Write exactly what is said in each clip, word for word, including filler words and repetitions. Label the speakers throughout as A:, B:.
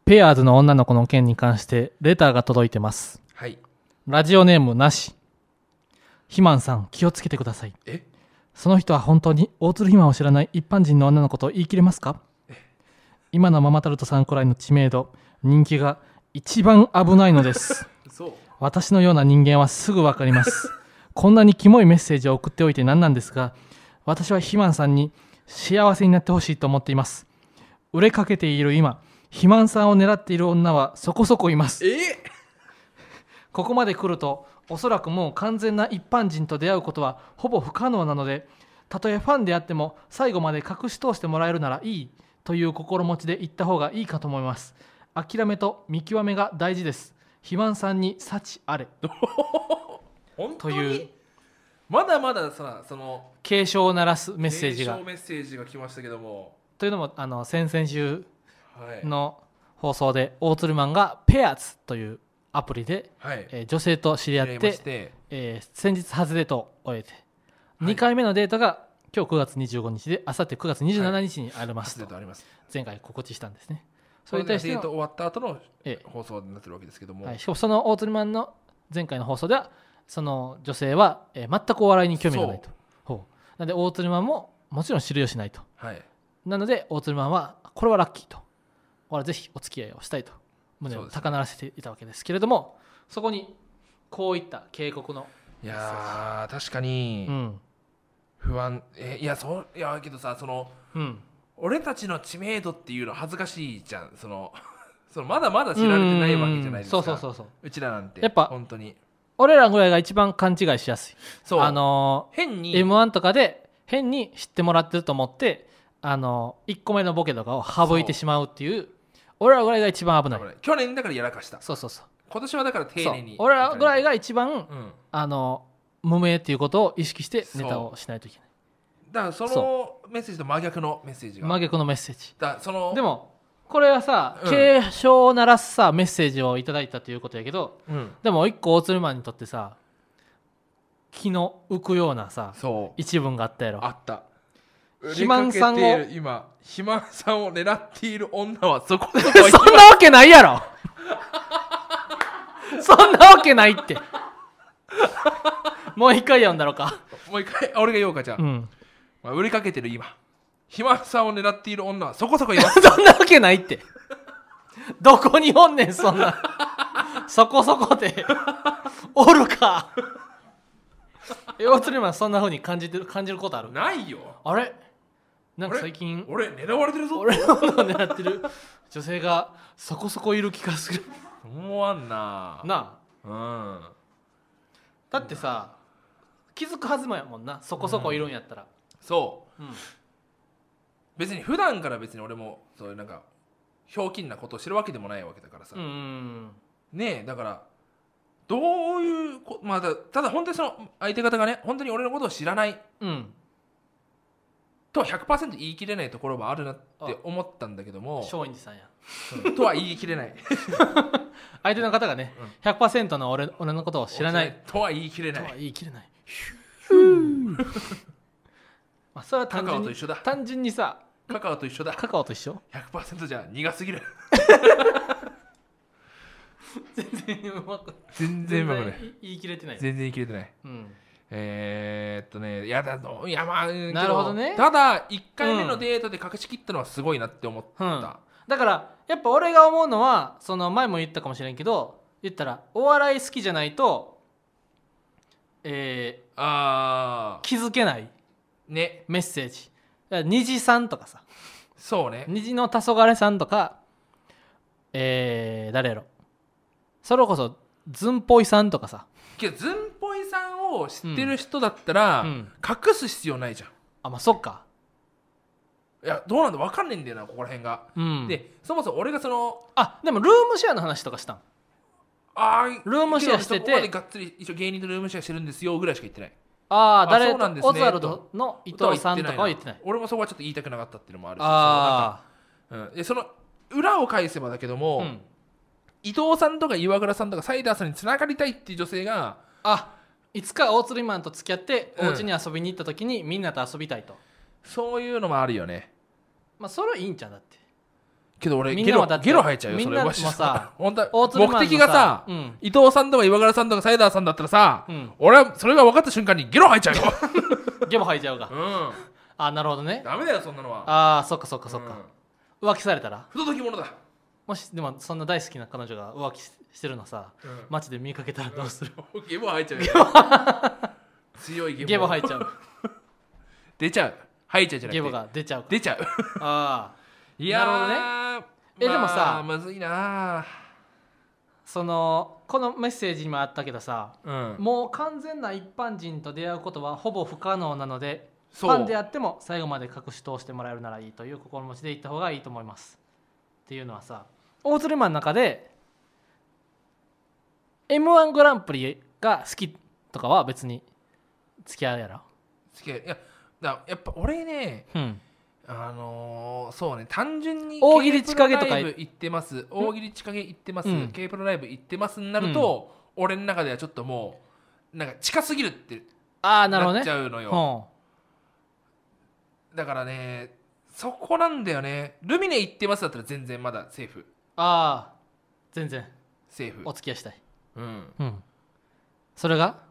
A: ペアーズの女の子の件に関してレターが届いてます。
B: はい。
A: ラジオネームなし。ひまんさん気をつけてください。
B: え
A: その人は本当に大鶴ひまを知らない一般人の女の子と言い切れますか？今のママタルトさんくらいの知名度人気が一番危ないのです
B: そう
A: 私のような人間はすぐ分かりますこんなにキモいメッセージを送っておいて何なんですが、私はひまんさんに幸せになってほしいと思っています。売れかけている今、ひまんさんを狙っている女はそこそこいます。
B: え
A: ここまで来るとおそらくもう完全な一般人と出会うことはほぼ不可能なので、たとえファンであっても最後まで隠し通してもらえるならいいという心持ちで言った方がいいかと思います。諦めと見極めが大事です。ひまんさんに幸あれ
B: 本当に
A: という
B: まだまださ、その
A: 警鐘を鳴らすメッセージが
B: 警鐘メッセージが来ましたけども、
A: というのもあの先々週
B: はい
A: の放送で大鶴マンがペアーズというアプリで、
B: はい
A: えー女性と知り合っ
B: 知り合い
A: て
B: まして
A: えー先日初デートを終えて、
B: い
A: にかいめのデートが今日くがつにじゅうごにちで、あさってくがつにじゅうしちにちにありますと、
B: 初デートあります。
A: 前回告知したんですね。そ
B: それ
A: れに対しての
B: でデート終わった後の
A: え
B: 放送になってるわけですけども、
A: はい、しかもその大鶴マンの前回の放送ではその女性は、えー全くお笑いに興味がないと。ほうなので大鶴マンももちろん知る由しないと。
B: はい
A: なので大鶴マンはこれはラッキーと、これはぜひお付き合いをしたいと胸を
B: そうですね
A: 高鳴らせていたわけですけれども、そこにこういった警告の、
B: いやー確か
A: う
B: に
A: ん
B: 不安、えいやそういやけどさ、その
A: うん、
B: 俺たちの知名度っていうの恥ずかしいじゃん。そのそのまだまだ知られてないわけじゃないですか。
A: うんそうそうそうそう。
B: うちらなんて
A: やっぱ
B: 本当に
A: 俺らぐらいが一番勘違いしやすい。
B: そう
A: あの
B: 変に
A: エムワン とかで変に知ってもらってると思ってあのいっこめのボケとかを省いてしまうっていう、俺らぐらいが一番危ない。
B: 去年だからやらかした。
A: そうそうそう。
B: 今年はだから丁
A: そう
B: 寧に
A: 俺らぐらいが一番、
B: うん
A: あの無名っていうことを意識してネタをしないといけない。
B: だからその
A: そ
B: メッセージと真逆のメッセージが
A: 真逆のメッセージ。
B: だその
A: でもこれはさ、
B: うん
A: 警鐘を鳴らすさメッセージをいただいたということやけど、
B: うん
A: でも一個大鶴マンにとってさ気の浮くようなさ
B: そう
A: 一文があったやろ。
B: あった
A: 肥満さんを
B: 売れかけている今肥満さんを狙っている女はそこそこ
A: そんなわけないやろそんなわけないってもう一回読んだろか。
B: もう一回俺が言おうかじゃあ、
A: うん
B: まあ、売れかけてる今肥満さんを狙っている女はそこそこいます
A: そんなわけないってどこにおんねんそんなそこそこでおるか。大鶴マンそんな風に感じてる感じることある？
B: ないよ
A: あれなんか最近
B: 俺狙われてるぞ
A: 俺のことを狙ってる女性がそこそこいる気がする
B: 思わんな
A: なあ。
B: うん
A: だってさ気づくはずもやもんな、そこそこいるんやったら。
B: そう
A: うん
B: 別に普段から別に俺もそういうなんかひょうきんなことをしてるわけでもないわけだからさ、
A: うんうん
B: ねえだからどういうこまあだただ本当にその相手方がね本当に俺のことを知らない
A: うん
B: とは ひゃくパーセント 言い切れないところはあるなって思ったんだけども、
A: 松陰寺さんや。
B: うんとは言い切れない
A: 相手の方がね、
B: うん
A: ひゃくパーセント の 俺, 俺のことを知らない
B: とは言い切れ
A: とは
B: ない
A: 言い切れない。まあそれは単純に
B: カカオと一緒だ
A: 単純にさ
B: カカオと一緒だ
A: カカオと一緒
B: ひゃくパーセント じゃ苦すぎる
A: 全然うまく
B: 全然うまくない
A: 全言い切れてない。
B: 全然言い切れてない
A: うん
B: えー、っとねいやだいやまあうん
A: なるほどね
B: けただいっかいめのデートで隠しきったのはすごいなって思った、
A: うんだからやっぱ俺が思うのはその前も言ったかもしれんけど、言ったらお笑い好きじゃないと、え
B: あ
A: ー気づけない
B: ーね
A: メッセージ。だから虹さんとかさ、
B: そうね
A: 虹の黄昏さんとか、えー、誰やろ、それこそずんぽいさんとかさ。
B: けどずんぽいさんを知ってる人だったら、
A: うんうん
B: 隠す必要ないじゃん。
A: あまあそっか。
B: いやどうなんだ分かんないんだよなここら辺が、
A: うん
B: でそもそも俺がその
A: あでもルームシェアの話とかしたん。
B: あー
A: ルームシェアしてて
B: けどそこまでがっつり一応芸人とルームシェアしてるんですよぐらいしか言ってない。
A: ああ誰
B: そうなんですね
A: オズワルドの伊藤さんとかは言ってない。
B: 俺もそこはちょっと言いたくなかったっていうのもあるし、
A: あ
B: そのなんか、うん、でその裏を返せばだけども、
A: あうん
B: 伊藤さんとか岩倉さんとかサイダーさんにつながりたいっていう女性が
A: あいつか大鶴マンと付き合って
B: うん
A: お家に遊びに行った時にみんなと遊びたいと、
B: そういうのもあるよね。
A: まあそれはいいんちゃうだって。
B: けど俺ゲロ
A: みんなはだって
B: ゲロ吐いちゃうよ
A: みんなも
B: それもし
A: さ
B: 本当は
A: 大鶴マンの
B: 目的がさ、
A: うん
B: 伊藤さんとか岩倉さんとかサイダーさんだったらさ、
A: うん
B: 俺はそれが分かった瞬間にゲロ吐いちゃうよ
A: ゲボ吐いちゃうが
B: うん
A: あなるほどね
B: ダメだよそんなのは
A: あーそっかそっかそっか、浮気されたら
B: 不届き者だ、
A: もしでもそんな大好きな彼女が浮気ししてるのさ
B: うん
A: 街で見かけたらどうする、
B: ゲボ吐いちゃうよ強いゲボ
A: ゲボ吐いちゃう
B: 出ちゃう吐いちゃうじゃなくて
A: ゲボが出ちゃうか
B: 出ちゃう
A: ああ
B: いやー
A: なるほどねえでもさ
B: まあむずいな
A: そのこのメッセージにもあったけどさ
B: うん
A: もう完全な一般人と出会うことはほぼ不可能なのでフ
B: そう
A: ァンであっても最後まで隠し通してもらえるならいいという心持ちで行った方がいいと思いますっていうのはさ大鶴マンの中で エムワン グランプリが好きとかは別に付き合うやろ
B: 好きいやだやっぱ俺ね
A: うん
B: あのー、そうね単純に
A: 大喜利千景とか
B: K-プロライブ行ってます大喜利千景行ってます、
A: うん
B: K プロライブ行ってますになると、俺の中ではちょっともうなんか近すぎるって
A: ああなるほどね
B: なっちゃうのよ、だからねそこなんだよねルミネ行ってますだったら全然まだセーフ
A: ああ全然
B: セーフ
A: お付き合いしたい
B: うん
A: うんそれが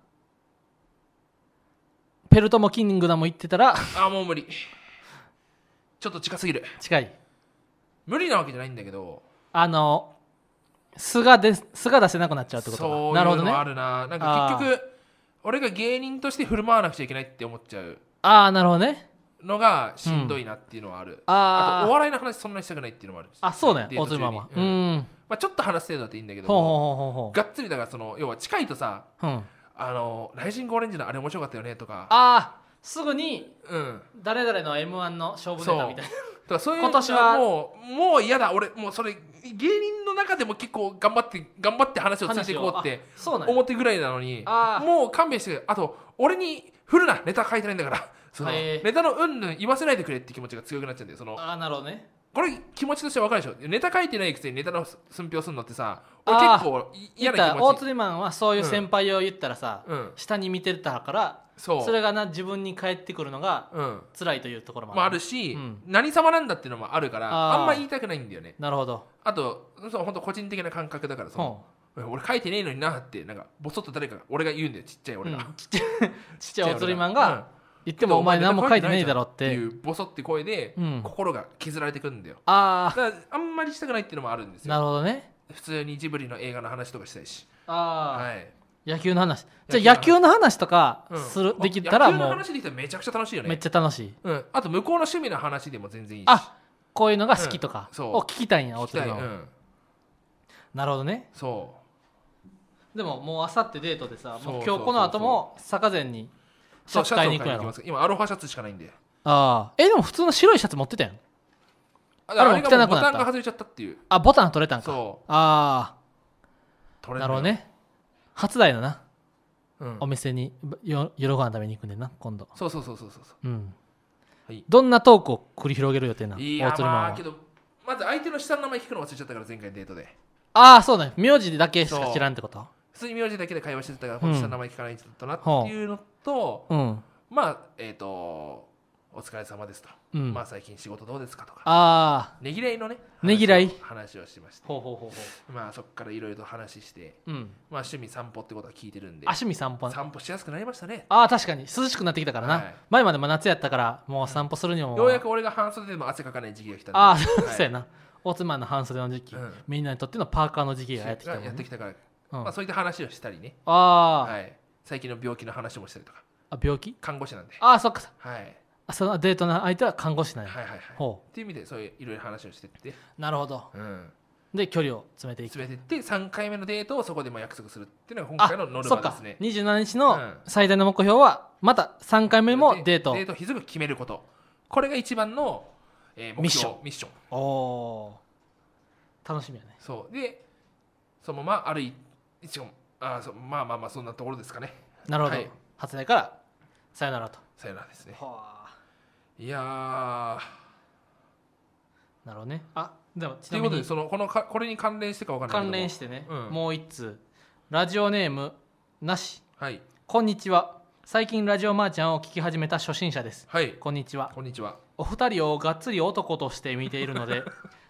A: ペルトもキングダム行ってたら
B: あもう無理ちょっと近すぎる
A: 近い
B: 無理なわけじゃないんだけど
A: あの素がで素が出せなくなっちゃうってことか
B: そう
A: なるほどね
B: いうのあるななんか結局俺が芸人として振る舞わなくちゃいけないって思っちゃう
A: ああなるほどね
B: のがしんどいなっていうのはある、
A: あー
B: あとお笑いの話そんなにしたくないっていうのもあるし
A: あそうね
B: デート中に
A: 大鶴マンは
B: う
A: うんん
B: まあ、ちょっと話す程度だっていいんだけど
A: ほうほうほうほうほ
B: がっつりだからその要は近いとさ
A: ううん
B: あのライジングオレンジのあれ面白かったよねとか
A: ああすぐに
B: うん
A: 誰々の エムワン の勝負ネタみたいな
B: とかそういう
A: 今年は
B: もうもう嫌だ俺もうそれ芸人の中でも結構頑張って頑張って話をついていこうって
A: そうなんや
B: 思ってぐらいなのに
A: あー
B: もう勘弁してあと俺に振るなネタ書いてないんだからその
A: へー
B: ネタのうんぬん言わせないでくれって気持ちが強くなっちゃうんだよその
A: ああなるほどね
B: これ気持ちとして分かるでしょネタ書いてないくせにネタの寸評するのってさ俺
A: あー
B: 結構い
A: 言った大
B: 嫌な気持ち
A: 鶴マンはそういう先輩を言ったらさ、
B: うん
A: 下に見てたから
B: そう
A: それがな自分に返ってくるのが
B: うん
A: 辛いというところも
B: まあ、あ
A: ある、
B: るし、
A: うん
B: 何様なんだっていうのもあるから
A: あー
B: あんま言いたくないんだよね
A: なるほど
B: あとそう本当個人的な感覚だからその俺書いてねえのになってなんかボソッと誰かが俺が言うんだよちっちゃい俺が、
A: うんちっちゃいちっちゃい大鶴マン
B: うん
A: が言ってもお前何も書いてねえだろっ
B: って
A: て
B: いうボソって声で、
A: うん
B: 心が削られてくるんだよ
A: あ
B: だからあんまりしたくないっていうのもあるんです
A: あなる
B: よ
A: ほどね
B: 普通にジブリの映画の話とかしたいし
A: ああ、
B: はい
A: 野球の話じゃあ野球の話とか
B: うん
A: する、できたら
B: 野球の
A: もう
B: 話できたらめちゃくちゃ楽しいよね
A: めっちゃ楽しい
B: うん、あと向こうの趣味の話でも全然いいし
A: あこういうのが好きとか
B: うんそう
A: を聞きたいんや
B: 聞きたい、
A: 大鶴マンは、
B: うん、
A: なるほどね
B: そ
A: でももうあさってデートでさ
B: そう
A: もう今日この後も坂前に
B: う
A: シャツ買いに行くんやろ
B: シャツを買いに行きます今アロハシャツしかないんで
A: ああえでも普通の白いシャツ持ってたやん
B: あ
A: あれも
B: れがもうボ
A: 汚くなった
B: タンが外れちゃったっていう
A: あボタン取れたんか
B: そ
A: あ
B: う取れ
A: あなるほど、ね初台のな
B: うん、
A: お店によ夜ご飯食べに行くねんな今度
B: そうそうそうそうそう
A: うん、
B: はい
A: どんなトークを繰り広げる予定ない
B: や
A: 大鶴マンは
B: まあけどまず相手の下の名前聞くの忘れちゃったから前回のデートで
A: ああそうだね名字だけしか知らんってこと
B: 普通に名字だけで会話してたから
A: ん
B: 本当下の名前聞かないとなっていうのと、
A: うん
B: まあえっ、とお疲れ様ですと、
A: うん
B: まあ最近仕事どうですかとか
A: ああ
B: ねぎらいのね
A: ねぎらい
B: 話を話をしまして
A: ほうほうほうほ
B: まあそこからいろいろと話して
A: ううん
B: まあ趣味散歩ってことは聞いてるんで
A: あ趣味散歩
B: 散歩しやすくなりましたね
A: ああ確かに涼しくなってきたからな、
B: はい
A: 前までも夏やったからもう散歩するにも
B: ようやく俺が半袖でも汗かかない時期が来たんで
A: ああ、
B: はい
A: そうやな大津マンの半袖の時期、
B: うん
A: みんなにとってのパーカーの時期がやってきたもん、ね、
B: やってきたから、
A: うん
B: まあ、そういった話をしたりね、
A: あー、
B: はい、最近の病気の話もしたりとか
A: あ病気
B: 看護師なんで、
A: ああそっかそっか
B: はい、
A: あそのデートの相手は看護師なんや、
B: はいはいはい
A: ほ
B: っていう意味でそういういろいろ話をしてって、
A: うなるほど
B: うん、
A: で距離を詰めていく
B: 詰めてってさんかいめのデートをそこでも約束するっていうのが今回のノル
A: そっか
B: マですね
A: にじゅうしちにちの
B: うん
A: 最大の目標はまたさんかいめもデート
B: デート日付を決めることこれが一番の、えー目標
A: ミッション
B: ミッション
A: おおー楽しみやね
B: そうでそのままある一応あそうまあまあまあそんなところですかね
A: なるほど、
B: はい
A: 初台からさよならと
B: さよならですね
A: はあ
B: いやー
A: なるほどねあでもち
B: ということで
A: なみに
B: そのこのかこれに関連してかわかんないけども
A: 関連してね、
B: うん
A: もう一通ラジオネームなし
B: はい
A: こんにちは最近ラジオマーちゃんを聞き始めた初心者です
B: はい
A: こんにちは
B: こんにちは
A: お二人をがっつり男として見ているので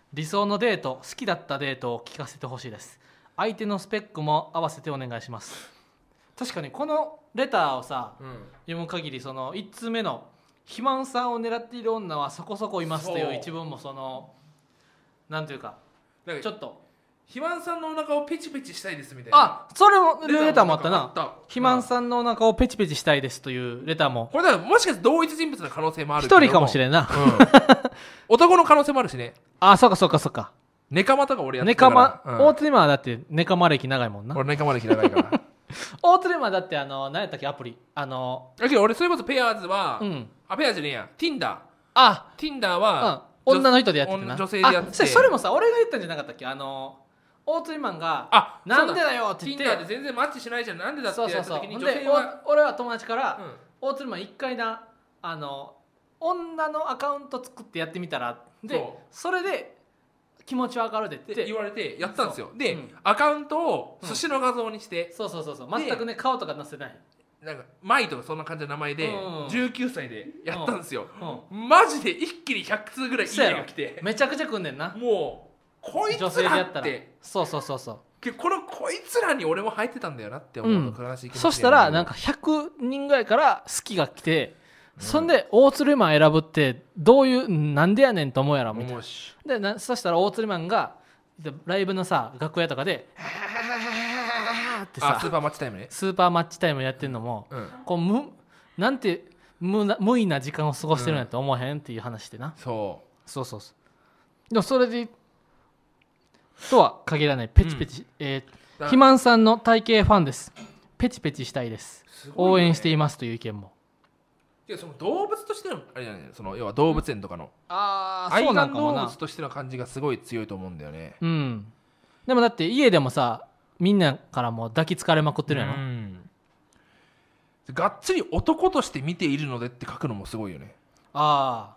A: 理想のデート、好きだったデートを聞かせてほしいです。相手のスペックも合わせてお願いします。確かにこのレターをさ、うん、読む限りそのいちつめの肥満さんを狙っている女はそこそこいますという一文もそのなんていうかちょっと
B: 肥満さんのお腹をペチペチしたいですみたいな。
A: あ、それもレターもあったな。肥満さんのお腹をペチペチしたいですというレターも。
B: これだからもしかして同一人物の可能性もある
A: 一人かもしれんな、うん、
B: 男の可能性もあるしね。
A: あ、そうかそうかそうか。
B: ネカマとか俺やって
A: たから。ネカマ、うん、大津マはだってネカマ歴長いもんな。
B: 俺ネカマ歴長いから
A: 大津マだってあの何やったっけアプリあの
B: だけど俺それこそペアーズは、うん、あペアーズじゃねえや Tinder
A: あ
B: Tinder は、
A: うん、女の人でやっててな。
B: 女性でやってて。
A: それもさ俺が言ったんじゃなかったっけあの大津マンが
B: あ
A: なんでだよって言って
B: Tinder で全然マッチしないじゃんなんでだってやった時に女性
A: は俺は友達から、うん、大津マン一回なあの女のアカウント作ってやってみたらで そ, それで気持ちわかるでって
B: 言われてやったんですよ。で、うん、アカウントを寿司の画像にして、
A: うん、そうそうそうそう全くね顔とか載せない
B: なんかマイとかそんな感じの名前でじゅうきゅうさいでやったんですよ、うんうん、マジで一気にひゃくつうぐらいいいねが来て
A: めちゃくちゃ来んねんな。
B: もうこいつらって
A: そうそうそうそう
B: このこいつらに俺も入ってたんだよなって思うと悲しい気持ち、
A: うん、そしたらなんかひゃくにんぐらいから好きが来て、うん、そんで大釣りマン選ぶってどういうなんでやねんと思うやろみたいな。でなそしたら大釣りマンがライブのさ楽屋とかでってさ
B: あスーパーマッチタイムね
A: スーパーマッチタイムやってんのも、うん、こう無なんて無な無意な時間を過ごしてるんやと思わへんっていう話でな、うん、
B: そう
A: そうそうそうでもそれでとは限らないペチペチ、うんえー、肥満さんの体型ファンです。ペチペチしたいです、すごいね、応援していますという意見も。
B: いやその動物としてのあれじゃないその要は動物園とかの、うん、
A: ああそうなんかもな
B: 愛玩動物としての感じがすごい強いと思うんだよね。
A: うんでもだって家でもさみんなからも抱きつかれまくってるやろ、うん、
B: がっつり男として見ているのでって書くのもすごいよね。
A: ああ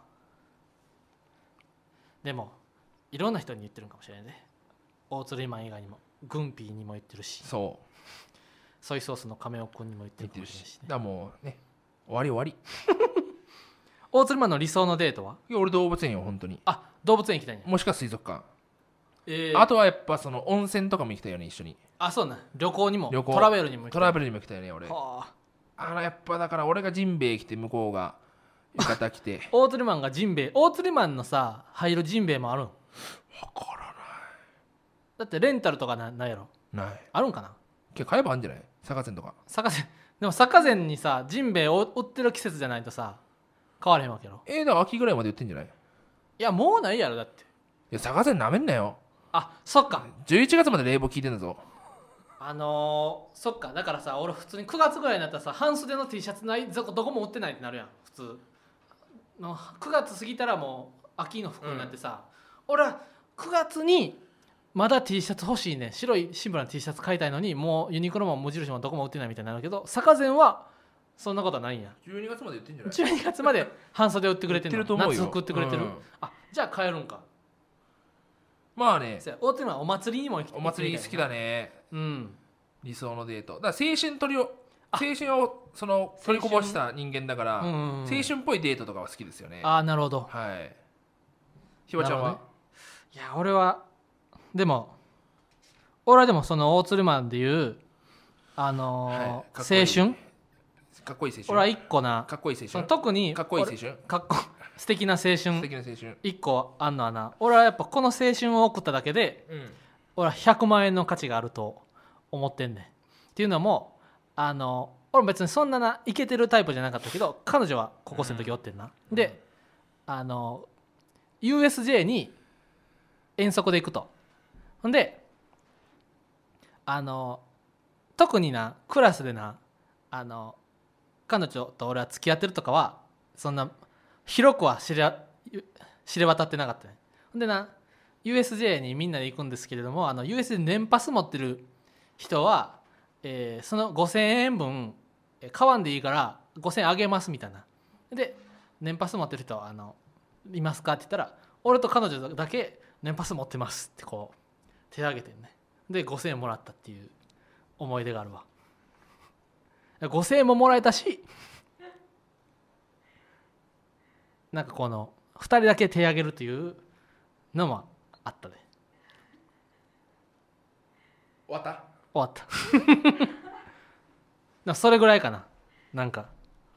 A: でもいろんな人に言ってるかもしれないね。大鶴マン以外にもグンピーにも言ってるし
B: そう
A: ソイソースの亀尾くんにも言ってるかもしれないし、ね、
B: だからもうね終わり終わり
A: 大鶴マンの理想のデートは？
B: いや俺動物園よ本当に。
A: あ動物園行きたいね。
B: もしくは水族館、
A: えー、
B: あとはやっぱその温泉とかも行きたいよね一緒に。
A: あそうな旅行にも旅行トラベルにも行きたい。
B: トラベルにも行きたいね俺。はあ、あのやっぱだから俺がジンベエ来て向こうが浴衣来て
A: 大鶴マンがジンベエ大鶴マンのさ入るジンベエもあるん？
B: 分からない。
A: だってレンタルとか な, ないやろ。
B: ない
A: あるんかな。
B: 結構買えばあるんじゃない坂膳とか。
A: 坂膳でも坂膳にさジンベエを売ってる季節じゃないとさ買われへんわけやろ。
B: えー、だから秋ぐらいまで売ってんじゃない？
A: いやもうないやろだって。い
B: や坂膳なめんなよ。
A: あそっか
B: じゅういちがつまで冷房効いてんだぞ。
A: あのー、そっかだからさ俺普通にくがつぐらいになったらさ半袖の T シャツないどこも売ってないってなるやん普通の。くがつ過ぎたらもう秋の服になってさ、うん、俺はくがつにまだ T シャツ欲しいね白いシンプルな T シャツ買いたいのにもうユニクロも無印もどこも売ってないみたいになるけど坂膳はそんなことはないんや。
B: じゅうにがつまで売ってんじゃない？
A: じゅうにがつまで半袖売ってくれてんの？
B: 売ってると思うよ。
A: 夏服売ってくれてる、うん、あじゃあ買えるんか。
B: まあね
A: 大手はお祭りにも行きたい。
B: お祭り好きだね。
A: うん
B: 理想のデートだから青春取りを青春をその取りこぼした人間だから、うんうんうん、青春っぽいデートとかは好きですよね。
A: ああなるほど。
B: はいひばちゃんは、ね、
A: いや俺はでも俺はでもその大鶴マンでいうあのーはい、青春
B: かっこいい青春。
A: 俺は一個な
B: かっこいい青春
A: 特に
B: かっこいい青春
A: かっこ素敵な青春
B: 素敵な青春
A: 一個あんのはな俺はやっぱこの青春を送っただけで、うん、俺はひゃくまんえんの価値があると思ってんねん。っていうのもあの俺も別にそんななイケてるタイプじゃなかったけど彼女は高校生の時おってんな、うん、であの ユーエスジェー に遠足で行くと。ほんであの特になクラスでなあの彼女と俺は付き合ってるとかはそんな広くは知れ知れ渡ってなかったね。ほんでな ユーエスジェー にみんなで行くんですけれどもあの ユーエスジェー 年パス持ってる人は、えー、そのごせんえんぶん買わんでいいからごせんえんあげますみたいな。で年パス持ってる人はあのいますかって言ったら俺と彼女だけ年パス持ってますってこう手挙げてんね。でごせんえんもらったっていう思い出があるわ。ごせんえんももらえたしなんかこのふたりだけ手挙げるというのもあったで。
B: 終わった
A: 終わったなそれぐらいかな。なんか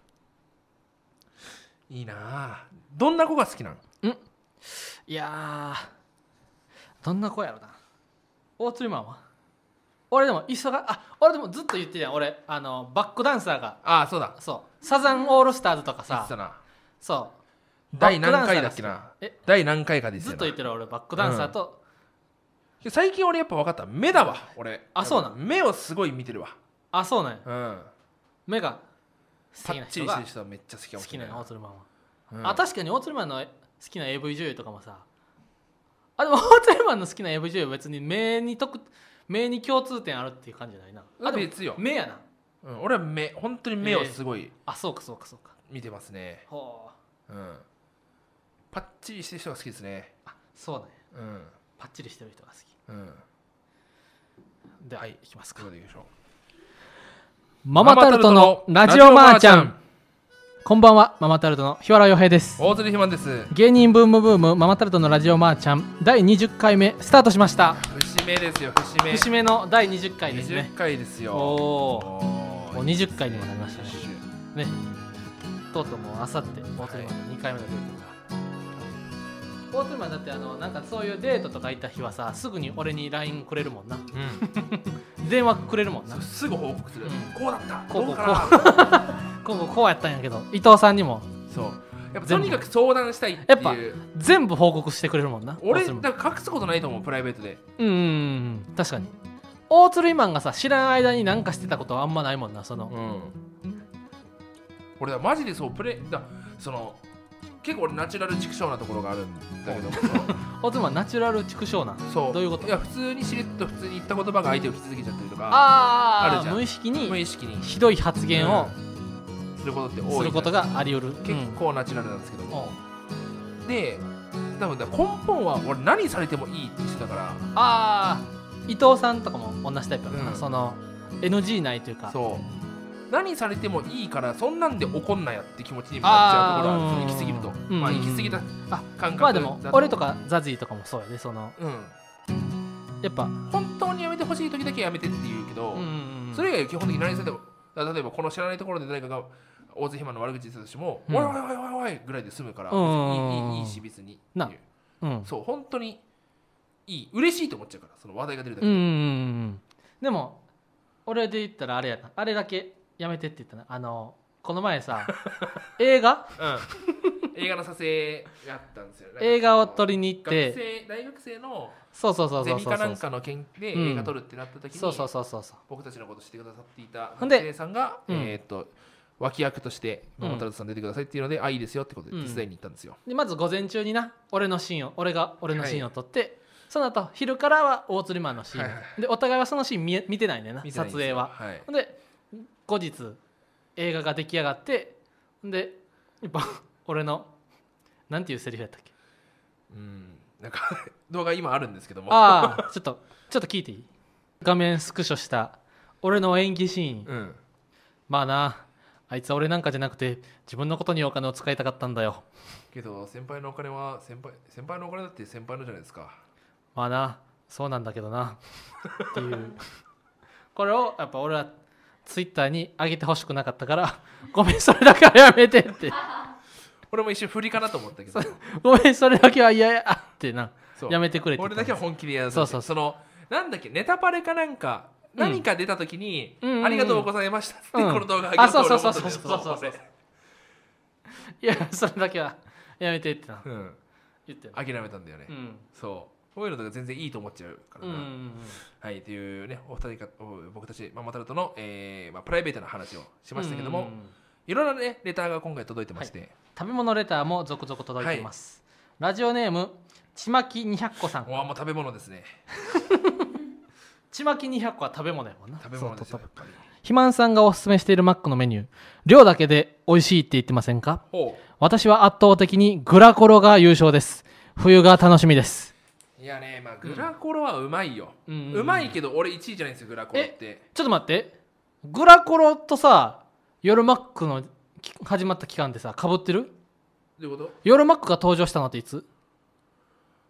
B: いいなあ。どんな子が好きなの？
A: んいやーどんな子やろな。大釣りマンは俺でも急があ俺でもずっと言ってるやん。俺あのバックダンサーが
B: ああそうだ、
A: そうサザンオールスターズとかさ
B: 言ってたな。
A: そう
B: 第何回だっけ
A: バックダンサーが
B: な
A: 好きえ
B: 第何回かですよな。
A: ずっと言ってる俺バックダンサーと、
B: 最近俺やっぱ分かった。目だわ俺。
A: あそうなん
B: 目をすごい見てるわ。
A: あそうなんや。
B: うん
A: 目が好
B: パッ
A: きな人が
B: チリしてる人はめっちゃ好きかも
A: 好きな
B: しれない。
A: の大鶴マンは、
B: うん
A: あ確かに大鶴マンの好きな エーブイ 女優とかもさあでも大鶴マンの好きな エーブイ 女優は別に目に特目に共通点あるっていう感じじゃないな。あでも
B: 別よ、
A: 目やな。
B: うん、俺は目本当に目をすごい
A: あそうかそうかそうか。
B: 見てますね、
A: ほう
B: うん、パッチリしてる人が好きですね。
A: あそうね
B: うん
A: パッチリしてる人が好
B: うん
A: きでは、
B: はい
A: い、きますか。
B: どうでいきましょう。
A: ママタルトのラジオマーちゃん。こんばんは、ママタルトの日原洋平です。
B: 大鶴ひまんです。
A: 芸人ブームブームママタルトのラジオマーちゃんだいにじゅっかいめスタートしました。
B: 節目ですよ、節目。
A: 節目のだいにじゅっかいですね。
B: にじゅっかいですよ。
A: おお
B: お
A: もうにじゅっかいにもなりましたね。
B: ね
A: ねとうとうもうあさって大鶴マンのにかいめのデートが、大鶴マンだってあのなんかそういうデートとか行った日はさすぐに俺に ライン くれるもんな。
B: うん、
A: 電話くれるもんな。
B: すぐ報告する、
A: うん
B: こうだった
A: こうこう
B: どうかな
A: こうこうやったんやけど伊藤さんにも
B: そうやっぱとにかく相談したいっていう。
A: やっぱ全部報告してくれるもんな。
B: 俺
A: 大鶴マン
B: だから隠すことないと思う、プライベートで。
A: うんうんうん確かに大鶴マンがさ知らん間に何かしてたことはあんまないもんな。その、
B: うん、俺はマジでそうプレだその結構俺ナチュラル畜生なところがあるんだけど
A: 大鶴マンナチュラル畜生な。
B: そう
A: どういうこと？
B: いや普通にしれっと普通に言った言葉が相手を引き続けちゃったりとか
A: ああ
B: あるじゃん。
A: 無意識に
B: 無意識に
A: ひどい発言を
B: することって多い
A: することがあり得る。
B: 結構ナチュラルなんですけども、
A: うん
B: で多分だ根本は俺何されてもいいって言ってたから。
A: ああ伊藤さんとかも同じタイプやな、
B: うん
A: その エヌジー ないというか
B: そう何されてもいいからそんなんで怒んなやって気持ちになっちゃうところはある。その行き過ぎると、
A: うん
B: まあ行き過ぎた
A: あ
B: 感覚
A: まあでも
B: だと
A: 俺とかザジーとかもそうやで、その
B: うん
A: やっぱ
B: 本当にやめてほしい時だけやめてって言うけど、
A: うんうんうん
B: それ以外は基本的に何されても例えばこの知らないところで誰かが大津ひまの悪口言ってたとしても、
A: うん
B: おいおいおいおいおいぐらいで済むから、
A: うん
B: いいいいいいし別に
A: な
B: っていう
A: うん
B: そう本当にいい嬉しいと思っちゃうから、その話題が出るだけで、
A: うんうんうんでも俺で言ったらあれやな、あれだけやめてって言ったな。あのこの前さ映画
B: うん、映画の撮影があったんですよ。
A: 映画を撮りに行っ
B: 学
A: て
B: 生大学生の
A: そうそうそう
B: ゼ
A: そうそう
B: ミかなんかの件で映画撮るってなった時に、
A: そうそうそうそうそう
B: 僕たちのこと知ってくださっていた
A: ほんで
B: 学生さんが、
A: うん
B: えーっと脇役として
A: うん
B: 桃太郎さん出てくださいっていうので、あいいですよってことで手伝いに行ったんですよ。
A: でまず午前中にな俺のシーンを俺が俺のシーンを撮って、その後昼からは大釣りマンのシーン、
B: はいはい
A: でお互いはそのシーン見え見てないねんな
B: 見てないんですよ
A: 撮影は。
B: はい
A: ほんで後日映画が出来上がってほんでやっぱ俺のなんていうセリフやったっけ。
B: うんなんか動画今あるんですけども、
A: ああちょっとちょっと聞いていい？画面スクショした俺の演技シーン、
B: うん、
A: まあなあいつは俺なんかじゃなくて自分のことにお金を使いたかったんだよ。
B: けど先輩のお金は先輩先輩のお金だって先輩のじゃないですか。
A: まあなそうなんだけどなっていうこれをやっぱ俺はツイッターに上げてほしくなかったからごめんそれだけはやめてって
B: 俺も一瞬振りかなと思ったけど
A: ごめんそれだけは嫌やってな
B: そう
A: やめてくれって言
B: 俺だけは本気でやる。
A: そうそう
B: そのなんだっけネタパレかなんか、
A: うん
B: 何か出た時に、
A: うんうんうん
B: ありがとうございましたって、
A: うん
B: この動画上げ
A: あ
B: ようと
A: そうそうそう
B: 俺思ったんだよ
A: そうそうそう
B: 俺
A: いやそれだけはやめてってな
B: うん
A: 言ってる、
B: 諦めたんだよね、
A: うん
B: そうこういうのとか全然いいと思っちゃうからな、
A: うんうんうん
B: はいというねお二人かお僕たちママタルトの、えーまあ、プライベートな話をしましたけども、
A: うんうんうん
B: いろんなねレターが今回届いてまして、
A: 食べ物レターも続々届いています、ラジオネームちまきにひゃっこさん。
B: おあもう食べ物ですね。
A: ちまきにひゃっこは食べ物やもんな。
B: 食べ物ですよ
A: そう
B: やっぱり。
A: 肥満さんがおすすめしているマックのメニュー量だけで美味しいって言ってませんか？
B: ほ
A: 私は圧倒的にグラコロが優勝です。冬が楽しみです。
B: ういやねまあグラコロはうまいよ、
A: うんうんうん
B: うまいけど俺いちいじゃないんですよグラコロって。
A: ちょっと待ってグラコロとさ夜マックのき始まった期間ってさかぶってる？
B: どういうこと？
A: 夜マックが登場したのっていつ？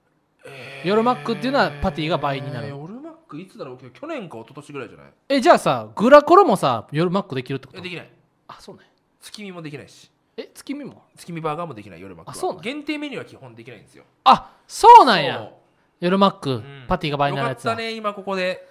B: えー
A: 夜マックっていうのはパティが倍になる。
B: 夜マックいつだろう。去年か一昨年ぐらいじゃない？
A: えじゃあさグラコロもさ夜マックできるってこと？
B: えできない。
A: あそうね。
B: 月見もできないし、
A: え月見も？
B: 月見バーガーもできない。夜マックは
A: あそうなん
B: 限定メニューは基本できないんですよ。
A: あそうなんや。
B: そう
A: 夜マック、
B: うん
A: パティが倍になるやつだ。
B: よかったね今ここで。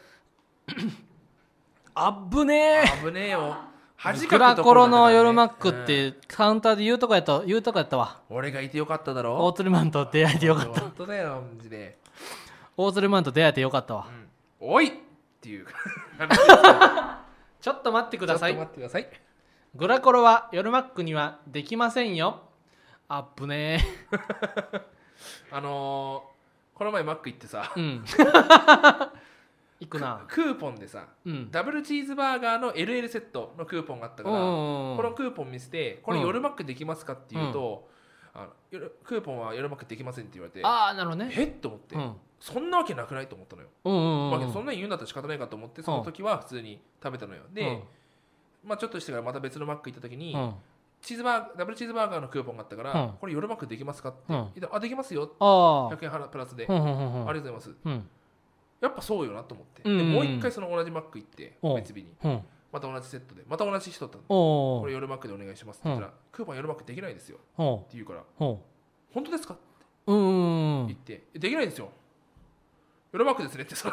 A: あっぶね
B: 危ねえよ。恥
A: グ
B: かくと
A: ラコロ
B: ころだからね
A: の夜マックっ
B: うん
A: てカウンターで言うとこやと言うとこやったわ。
B: 俺がいてよかっただろ。
A: 大鶴マンと出会えてよかった。
B: 本当だよマジで。
A: 大鶴マンと出会えてよかったわ。
B: うんおいっていう
A: ちょっと待ってください
B: ちょっと。待ってください。
A: グラコロは夜マックにはできませんよ。あっぶね
B: あのー、この前マック行ってさ、
A: うん行くな。
B: クーポンでさ、
A: うん
B: ダブルチーズバーガーの エルエル セットのクーポンがあったから、
A: こ
B: このクーポン見せて、これ夜マックできますかって言うと、あの夜クーポンは夜マックできませんって言われて、
A: ああなるほどね。
B: えっと思って、
A: うん
B: そんなわけなくないと思ったのよ。
A: うんうんうん
B: まあ、そんなに言うんだったら仕方ないかと思って、その時は普通に食べたのよ。で、まあ、ちょっとしてからまた別のマック行った時に、
A: うん
B: チーズバーダブルチーズバーガーのクーポンがあったから、
A: うん
B: これ夜マックできますかって
A: うん
B: 言ったら、あ、できますよ。
A: あ
B: ひゃくえん払プラスで、
A: あうんうんうんうん
B: ありがとうございます。
A: うん
B: やっぱそうよなと思って、
A: うんうんうん
B: でもう一回その同じマック行って
A: おう
B: 別日に
A: うん
B: また同じセットでまた同じ人だったの。
A: お
B: これ夜マックでお願いしますって言ったら、クーポン夜マックできないですよって
A: お
B: 言うから、
A: お
B: 本当ですかって
A: うんうんうん
B: 言って、できないですよ夜マックですねってさ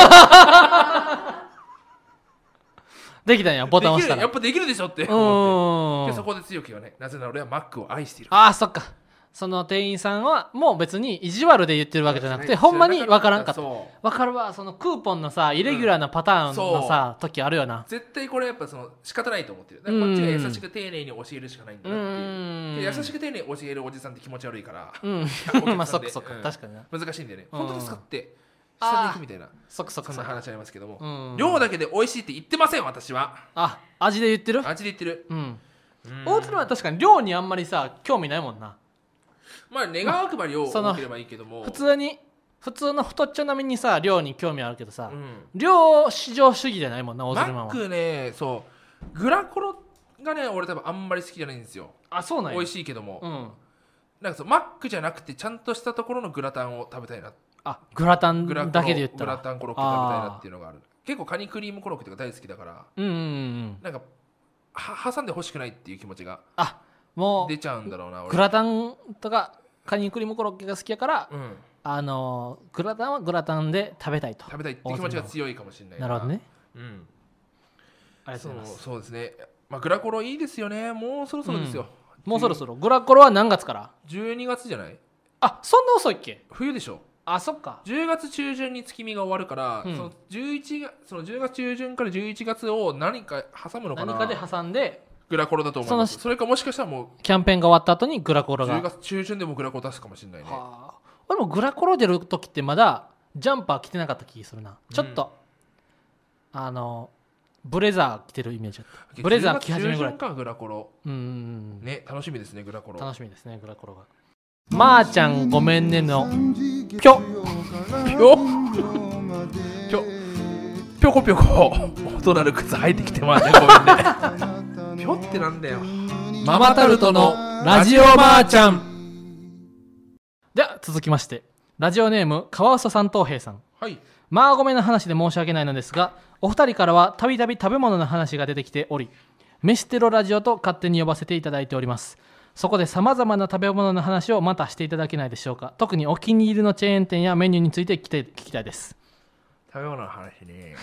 A: できたんやボタン押したら。
B: できるやっぱできるでしょって思って、でそ
A: うん
B: こで強く言わない。なぜなら俺はマックを愛している。
A: ああそっか。その店員さんはもう別に意地悪で言ってるわけじゃなくてほんまに分からんかった。
B: そ
A: 分かるわ。そのクーポンのさイレギュラーなパターンのさ、時あるよな。
B: う絶対これやっぱその仕方ないと思ってる。だからこっちが優しく丁寧に教えるしかないんだ
A: う
B: なっていう。
A: ん
B: で優しく丁寧に教えるおじさんって気持ち悪いから
A: うん
B: お客さんで
A: まあそっかそっか、
B: うん
A: 確かにな。
B: 難しいんだよね。
A: うん
B: 本当ですかって
A: あー
B: 下で行くみたいな、
A: そっかそっかそっか。
B: そんな話ありますけども、
A: うん
B: 量だけで美味しいって言ってません私は。
A: あ味で言ってる。
B: 味で言ってる。
A: うん
B: うん
A: 大鶴は確かに量にあんまりさ興味ないもんな。
B: まあ願わくば量を
A: その
B: 多ければいいけども、
A: 普通に普通の太っちょ並みにさ量に興味あるけどさ、
B: うん
A: 量至上主義じゃないもんな大
B: マ
A: 鶴マンは。
B: ックね、そうグラコロがね俺多分あんまり好きじゃないんですよ。
A: あそうなんや。
B: 美味しいけども、
A: うん
B: なんかそうマックじゃなくてちゃんとしたところのグラタンを食べたいな。
A: あグラタン
B: グラコロ
A: だけで言った
B: グラ
A: ら
B: タンコロッケ食べたいなっていうのがある。結構カニクリームコロッケとか大好きだから
A: うんうんうん
B: なんかは挟んでほしくないっていう気持ちが
A: あも
B: 出ちゃうんだろうな
A: う
B: 俺。
A: グラタンとかカニクリームコロッケが好きやから、
B: うん、
A: あのーグラタンはグラタンで食べたいと。
B: 食べたいっていう気持ちが強いかもしれない
A: なるほどね。
B: うん、
A: ありがと
B: そうう
A: ございます。
B: そうですね。まあグラコロいいですよね。もうそろそろですよ、
A: もうそろそろグラコロは何月から？
B: じゅうにがつじゃない？
A: あそんな遅いっけ？
B: 冬でしょ。
A: あそっか。
B: じゅうがつ中旬に月見が終わるから、
A: うん
B: そのじゅういちがつそのじゅうがつ中旬からじゅういちがつを何か挟むのかな。
A: 何かで挟んで
B: グラコロだと思います。
A: その
B: それかもしかしたらも
A: キャンペーンが終わった後にグラコ
B: う10
A: ロが。
B: 月中旬でもグラコロ出すかもしれないね。
A: はあ俺もグラコロ出る時ってまだジャンパー着てなかった気するな。ちょっと、あのブレザー着てるイメージだった。ブレザー着始めぐらい
B: じゅうがつ中旬かグラコロ。
A: うんうんうん
B: ね、楽しみですねグラコロ。
A: 楽しみですねグラコロが。まーちゃんごめんねのぴょ
B: ぴょぴょぴょこぴょこ音なる靴履いてきてまーちゃんごめんね。ぴょってなんだよ。
A: ママタルトのラジオまーちゃん。では続きましてラジオネーム川嘘三等兵さん。
B: はい。
A: まあごめんな話で申し訳ないのですがお二人からはたびたび食べ物の話が出てきており飯テロラジオと勝手に呼ばせていただいております。そこでさまざまな食べ物の話をまたしていただけないでしょうか。特にお気に入りのチェーン店やメニューについて聞きたい聞きたいです。
B: 食べ物の話ね。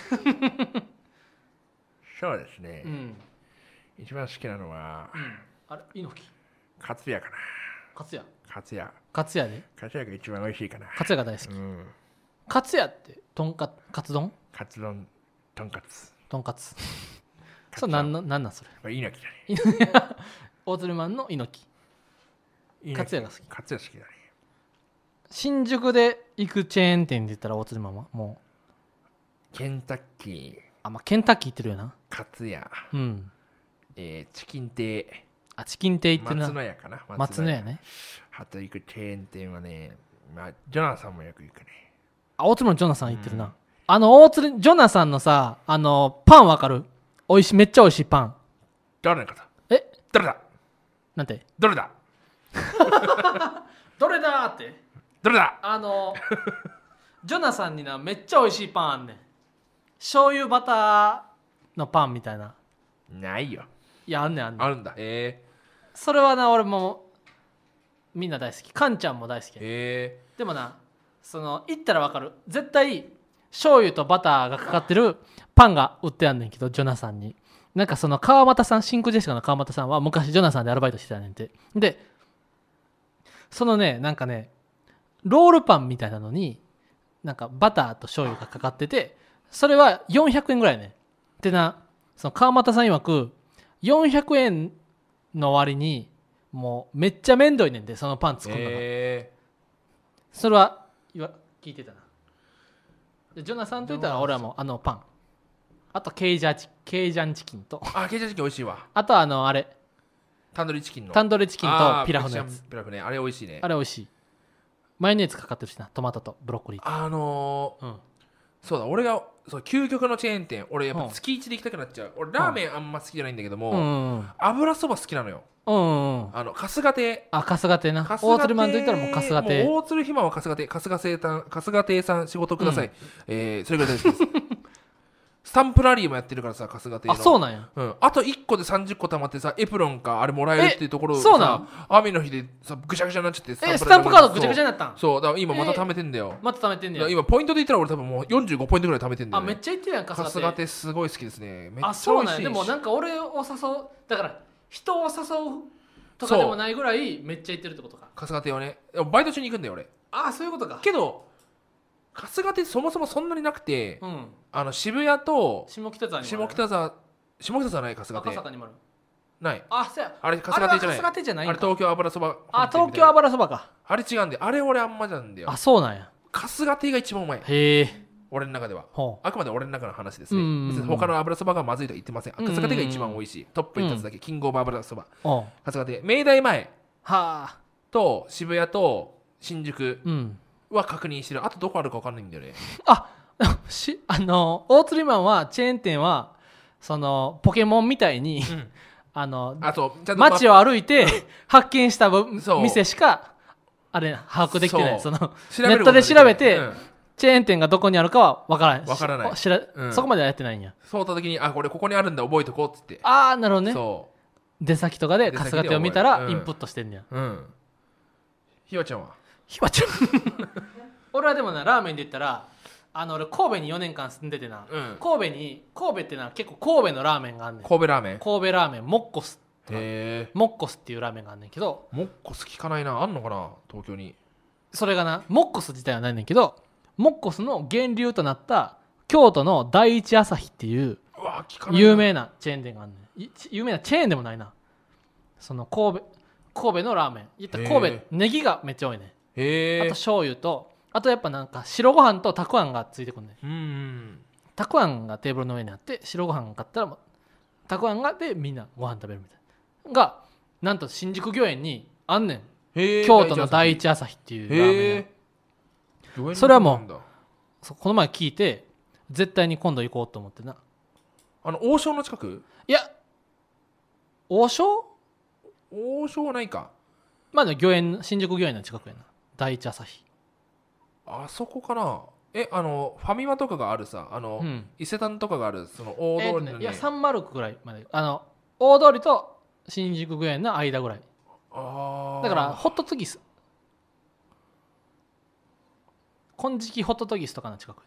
B: そうですね、
A: うん
B: 一番好きなのは、
A: あれ猪木
B: カツヤかな。
A: カツヤ
B: カツヤ。
A: カツヤで
B: カツヤが一番美味しいかな。
A: カツヤが大好き。
B: うん。
A: カツヤってとんかカツ丼
B: カツ丼、とんかつ。
A: とんかつそうなんのなんなんそれ
B: これ猪木だね。
A: 大鶴マンの猪木。
B: 猪木
A: カツヤが好き。
B: カツヤ好きだね。
A: 新宿で行くチェーン店で言ったら大鶴マンはもう
B: ケンタッキー、
A: あまあケンタッキー行ってるよな。
B: カツヤ、
A: うん
B: えーチキン亭、
A: あチキン亭行ってるな。
B: 松野屋かな。
A: 松野屋ね。
B: あと行くチェーン店はね、まあ、ジョナサンもよく行くね。
A: あ大鶴のジョナサン行ってるな、
B: うん
A: あの大鶴ジョナサンのさあのパンわかる？おいしいめっちゃおいしいパン。
B: 誰の方？
A: え
B: どれだ
A: なんて
B: どれだ
A: どれだーって
B: どれだ。
A: あのジョナサンになめっちゃ美味しいパンあんねん。醤油バターのパンみたいな。
B: ないよ。
A: いやあんねんあんねん。
B: あるんだ。へ
A: それはな俺もみんな大好き。カンちゃんも大好きや。
B: え。
A: でもなその行ったら分かる。絶対醤油とバターがかかってるパンが売ってあんねんけど、ジョナサンになんかその川又さん、真空ジェシカの川又さんは昔ジョナサンでアルバイトしてたねんて。でそのねなんかねロールパンみたいなのになんかバターと醤油がかかってて、それはよんひゃくえんぐらいね。でなその川又さん曰くよんひゃくえんの割にもうめっちゃめんどいねんで、そのパン作るのが。
B: へ
A: それは言わ聞いてたな。でジョナサンといったら俺はもうあのパン、あとケイジャーチケイジャンチキンと、
B: あ、ケイジャンチキン美味しいわ。
A: あとあのあれ
B: タンドリーチキンの
A: タンドリーチキンとピラフのや
B: あー
A: つ。
B: ピラフね、あれ美味しいね。
A: あれ美味しい。マヨネーズかかってるしな、トマトとブロッコリーと。
B: あのー
A: うん、
B: そうだ、俺がそう究極のチェーン店、俺やっ
A: うん
B: ぱ月一で行きたくなっちゃう。俺ラーメンあんま好きじゃないんだけども、
A: うんうん
B: 油そば好きなのよ。
A: うんうんうん。
B: あの春日亭。
A: あ春日亭な。
B: 春日亭
A: 大鶴マンといったらもう春日亭。
B: もう大鶴ひまは春日亭、春日亭さん、春日亭さん仕事ください。
A: うん
B: えーそれぐらい大好きです。スタンプラリーもやってるからさ、春日亭の。
A: あそうなんや。
B: うん、あといっこでさんじゅっこ貯まってさ、エプロンかあれもらえるっていうところを
A: えそうなん
B: さ、雨の日でさぐちゃぐちゃになっちゃって
A: えスタンプカードぐちゃぐちゃになったん。
B: そう、だから今また貯めてんだよ。
A: また貯めてんねや。
B: だから今ポイントで言ったら俺多分もうよんじゅうごポイントぐらい貯めてんだよ、ね。
A: あめっちゃ言ってるやん春日亭。
B: 春日亭すごい好きですね。めっちゃ美味しいし。
A: あそうなんや。でもなんか俺を誘うだから人を誘うとかでもないぐらいめっちゃ言ってるってことか。
B: 春日亭はね、でもバイト中に行くんだよ俺。
A: あそういうことか。
B: けど春日亭そもそもそんなになくて、
A: うん。
B: あの渋谷と
A: 下北沢にもある。
B: 下北沢下北沢ない春日亭
A: 赤坂にもある。
B: ない。
A: あそうや。
B: あれ春日亭じゃない。
A: あれは春日亭じゃないんか。
B: あれ東京油そば。
A: あ東京油そばか。
B: あれ違うんで、あれ俺あんまじゃんだよ。
A: あそうなんや。
B: 春日亭が一番うまい。
A: へえ。
B: 俺の中では。
A: ほう。
B: あくまで俺の中の話ですね。
A: うんうんうん
B: 別に他の油そばがまずいとは言ってません。
A: うんうんうん
B: 春日亭が一番美味しい。トップに立つだけ、キングオブ油そば。
A: おう
B: 春日亭。明大前
A: はあ。
B: と渋谷と新宿
A: うん。
B: は確認してる。あとどこあるか分かんないんだよね。
A: あしあの大釣りマンはチェーン店はそのポケモンみたいに、
B: うん
A: あの
B: あとちゃんと
A: 街を歩いて発見したぶ
B: そう
A: 店しかあれ把握できてない。
B: そ
A: そうの
B: 調べる
A: ネットで調べて、
B: うん
A: チェーン店がどこにあるかは分からない。
B: わからない
A: し知ら
B: うん
A: そこまではやってないんや。
B: そうた時に、あ、これここにあるんだ、覚えとこうっつって。
A: ああなるほどね。
B: そ
A: 出先とかで
B: 出先で
A: 春日亭を見たら
B: 覚える
A: インプットしてんねや。
B: う。うん。ひわちゃんは
A: ひわちゃん俺はでもなラーメンで言ったらあの俺神戸によねんかん住んでてな、
B: うん
A: 神戸に神戸ってな結構神戸のラーメンがあんねん。
B: 神戸ラーメン。へ
A: 神戸ラーメンモッコス
B: え。
A: モッコスっていうラーメンがあんねんけど、
B: もっこす聞かないな。あんのかな東京に。
A: それがなモッコス自体はないねんけど、モッコスの源流となった京都の第一朝日っていう
B: うわ、聞かないな。
A: 有名なチェーン店があんねん。い有名なチェーンでもないな。その神戸神戸のラーメン言ったら神
B: へ
A: 戸ネギがめっちゃ多いねん。
B: へえ。
A: あと醤油とあとやっぱなんか白ご飯とたくあんがついてくるねん。
B: うんうん。
A: たくあんがテーブルの上にあって白ご飯買ったらもうたくあんがでみんなご飯食べるみたいながなんと新宿御苑にあんねん。
B: へえ。
A: 京都の第一朝日っていうラーメン屋
B: へえ。
A: それはもう
B: なんだ
A: そうこの前聞いて絶対に今度行こうと思ってな。
B: あの王将の近く？
A: いや王将
B: 王将はないか。
A: まあでも御苑新宿御苑の近くやな第一朝日。
B: あそこかな。え、あのファミマとかがあるさ、あの、
A: うん
B: 伊勢丹とかがあるその大通
A: えーと
B: りのね。
A: ねいやさんまるくぐらいまであの大通りと新宿御苑の間ぐらい
B: あー
A: だからホットトギス金色ホットトギスとかの近く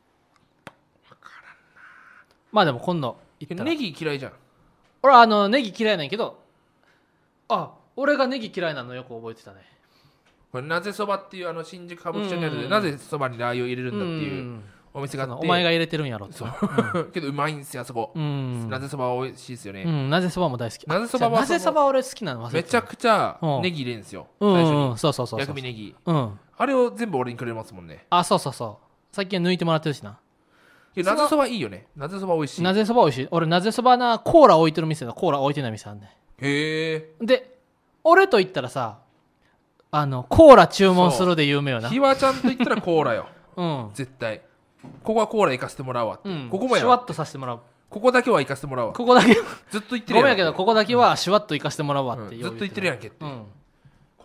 A: まあでも今度行ったら
B: ネギ嫌いじゃん。
A: 俺はあのネギ嫌いなんやけどあ俺がネギ嫌いなのよく覚えてたね。
B: これなぜそばっていうあの新宿歌舞伎町にある
A: うんうんうん
B: なぜそばにラー油を入れるんだっていう
A: うん
B: お店があって、
A: お前が入れてるんやろって
B: そうけどうまいんですよあそこ、
A: うん
B: なぜそばは美味しいですよね、
A: うんなぜそばも大好き。
B: なぜそばは
A: なぜそば俺好きなの忘れてた
B: めちゃくちゃ
A: うん
B: ネギ入れるんですよ、
A: うん
B: 最初に、
A: うんそうそうそうそう
B: 薬味ネギ
A: うん
B: あれを全部俺にくれますもんね。
A: あそうそうそう最近は抜いてもらってるしな。
B: けどなぜそばいいよね。なぜそば美味しい。
A: なぜそば美味しい。俺なぜそばなコーラ置いてる店だコーラ置いてない店あんね
B: へえ。
A: んで俺と言ったらさあのコーラ注文するで有名よな。
B: ひわちゃんと言ったらコーラよ
A: うん
B: 絶対。ここはコーラ行かせてもらうわって、
A: うん
B: ここもやわ
A: シュワッとさせてもらう。
B: ここだけは行かせてもらうわ
A: ここだけ
B: ずっと言ってる
A: ごめん
B: やん
A: やけどここだけはシュワッと行かせてもらうわって
B: うんずっと言ってるやんけって、
A: うん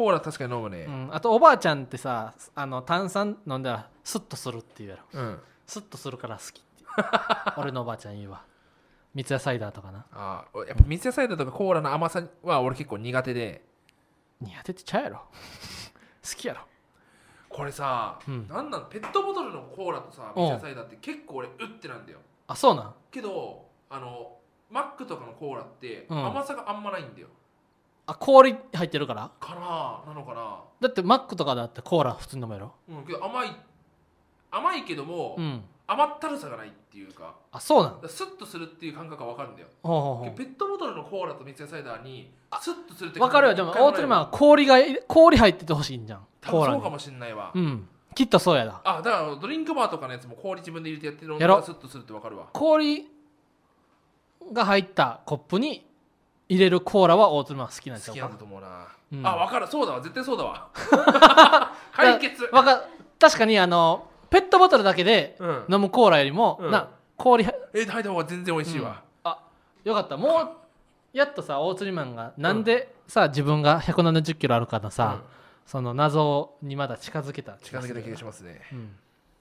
B: コーラ確かに飲むね
A: うん、あとおばあちゃんってさあの炭酸飲んだらスッとするっていうやろ、
B: うん、
A: スッとするから好きって俺のおばあちゃん言うわ。三ツ矢サイダーとかな。
B: ああやっぱ三ツ矢サイダーとかコーラの甘さは俺結構苦手で。
A: 苦手ってちゃうやろ好きやろ。
B: これさ、うん、なんなんペットボトルのコーラとさ三ツ矢サイダーって結構俺うってなんだよ。
A: あそうなん
B: けどあのマックとかのコーラって甘さがあんまないんだよ、
A: うん、あ氷入ってるから
B: かななのかな。
A: だってマックとかだってコーラ普通に飲めるよ、
B: うん、けど甘い甘いけども、うん、甘ったるさがないっていうか。
A: あそうなんだ。
B: スッとするっていう感覚が分かるんだよ。
A: ほうほうほう。
B: ペットボトルのコーラと三ツ矢サイダーにスッとするって
A: 分かるよ。でも大鶴マンは氷が氷入っててほしいんじゃん。
B: 多分そうかもしんないわ。
A: うんきっとそうやだ。
B: あだからドリンクバーとかのやつも氷自分で入れてやってるのがスッとするって分かるわ。
A: 氷が入ったコップに入れるコーラは大鶴マン好きなんですよ。
B: 好きなんだと思うな、うん、あ分かる。そうだわ絶対そうだわ解決
A: わか確かにあのペットボトルだけで飲むコーラよりも、うん、な氷
B: え入った方が全然美味しいわ、うん、
A: あよかった。もうやっとさ大釣りマンがなんでさ、うん、自分がひゃくななじゅっキロあるかのさ、うん、その謎にまだ近づけた
B: 近づけた気がしますね、うん、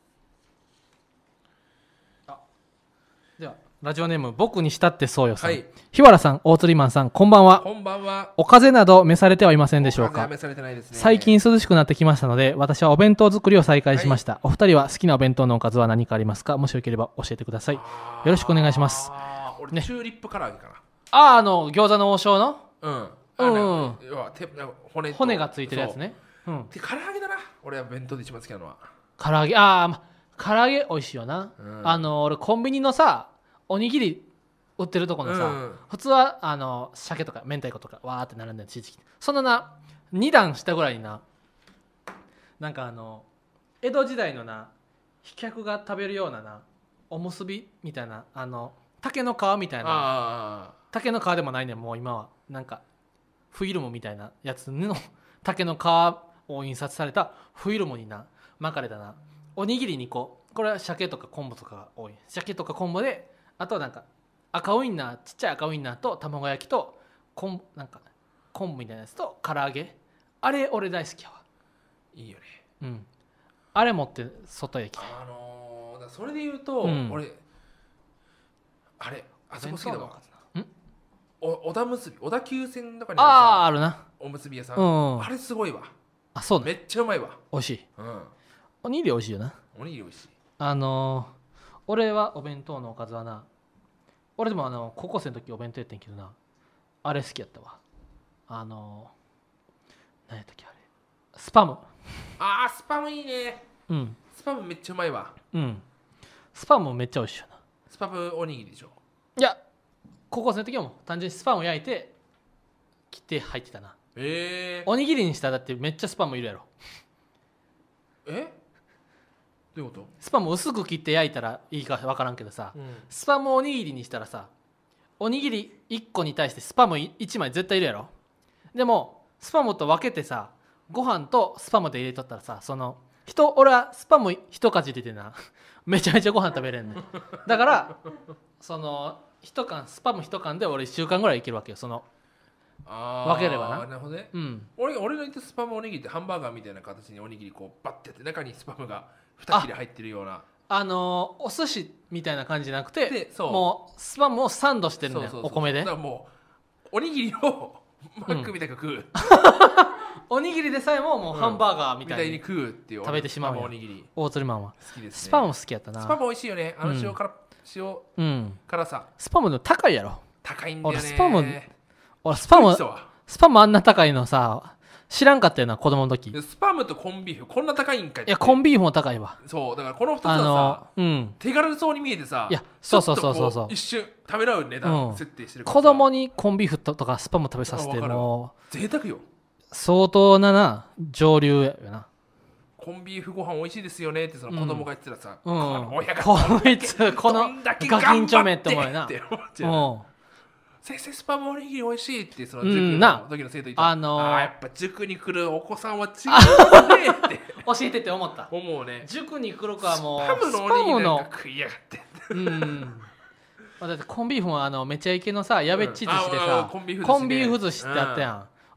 A: あではラジオネーム僕にしたってそうよさん、はい、日原さん大釣りマンさんこんばんは。
B: こんばんは。
A: お風邪など召されてはいませんでしょうか。
B: 召されてないですね。
A: 最近涼しくなってきましたので私はお弁当作りを再開しました、はい、お二人は好きなお弁当のおかずは何かありますか。もしよければ教えてください。よろしくお願いします。
B: あ俺、ね、チューリップ唐揚げかな。
A: ああの餃子の王将の
B: うん
A: うん、うん、
B: 骨,
A: 骨がついてるやつね。
B: うん、で唐揚げだな。俺は弁当で一番好きなのは
A: 唐揚げ。ああ唐揚げ美味しいよな、うん、あの俺コンビニのさおにぎり売ってるとこのさ、うん、普通はあの鮭とか明太子とかわーって並んでるチーズ。そのなに段下ぐらいにななんかあの江戸時代のな飛脚が食べるようななおむすびみたいなあの竹の皮みたいな竹の皮でもないねんもう今はなんかフィルムみたいなやつの竹の皮を印刷されたフィルムにな巻かれたなおにぎりにこうこれは鮭とか昆布とかが多い。鮭とか昆布であとはなんか赤ウインナーちっちゃい赤ウインナーと卵焼きと昆なんか昆布みたいなやつと唐揚げあれ俺大好きやわ。
B: いいよね。
A: うんあれ持って外へ来て
B: あのー、だそれで言うと、うん、俺あれあそこ好きだわ。お小田結び小田急線とかにある
A: ああるな
B: おむすび屋さん、
A: うん、
B: あれすごいわ。
A: あそうだ
B: めっちゃうまいわ。
A: 美味しい、
B: うん、
A: おにぎり美味しいよな。
B: おにぎり美味しい。
A: あのー、俺はお弁当のおかずはな俺でもあの高校生の時お弁当やってんけどなあれ好きやったわ。あのー、何やったっけあれスパム。
B: あースパムいいね。
A: うん
B: スパムめっちゃうまいわ。
A: うんスパムめっちゃ美味しいよな。
B: スパムおにぎりでしょ。
A: いや高校生の時はもう単純にスパムを焼いて切って入ってたな。
B: えー、
A: おにぎりにしたらだってめっちゃスパムいるやろ。
B: えどういうこと。
A: スパム薄く切って焼いたらいいか分からんけどさ、うん、スパムおにぎりにしたらさおにぎりいっこに対してスパムいちまい絶対いるやろ。でもスパムと分けてさご飯とスパムで入れとったらさその人俺はスパム一かじ出てなめちゃめちゃご飯食べれんねんだからその一缶スパム一缶で俺いっしゅうかんぐらいいけるわけよ。その
B: あ
A: 分ければな。
B: なるほどね、
A: うん、
B: 俺, 俺の言ったスパムおにぎりってハンバーガーみたいな形におにぎりこうバッてやって中にスパムがに切れ入ってるような あ,
A: あのー、お寿司みたいな感じじゃなくてもうスパムをサンドしてるんだよ。お米で
B: だからもうおにぎりをマックみたいに食う、うん、
A: おにぎりでさえももうハンバーガーみたいに,、
B: うん、みたいに食うっていう
A: 食べてしまう
B: おにぎり。
A: 大鶴マンは
B: 好きです、ね、
A: スパム好きやったな。
B: スパム美味しいよね。あの塩から、うん、塩辛さ、
A: スパムの高いやろ。
B: 高いんだよね。
A: 俺スパム俺スパムスパムあんな高いのさ知らんかったよな子供の時。
B: スパムとコンビーフこんな高いんかい。
A: いやコンビーフも高いわ。
B: そうだからこのふたつはさ、うん、手軽そうに見えてさ、
A: いやそうそうそうそうそう
B: 一瞬ためらう値段設定してる
A: から、うん、子供にコンビーフとかスパム食べさせても
B: 贅沢よ。
A: 相当なな上流やよな。
B: コンビーフご飯美味しいですよねってその子供が言ってたらさ、
A: うん、
B: この親が
A: こいつこのガキンチョメって思うよな。
B: 先生スパムおにぎり美味しいってその塾の時の生徒いた、うん、あのー、あやっぱ塾に来るお子さんは違うねって
A: 教えてって思った
B: 思うね。
A: 塾に来るかもう
B: スパムのおにぎりなんか食いやがって
A: うんだってコンビーフもあのめちゃイケのさやべっち寿司でさ、うん、コンビーフ寿司ってあったやん、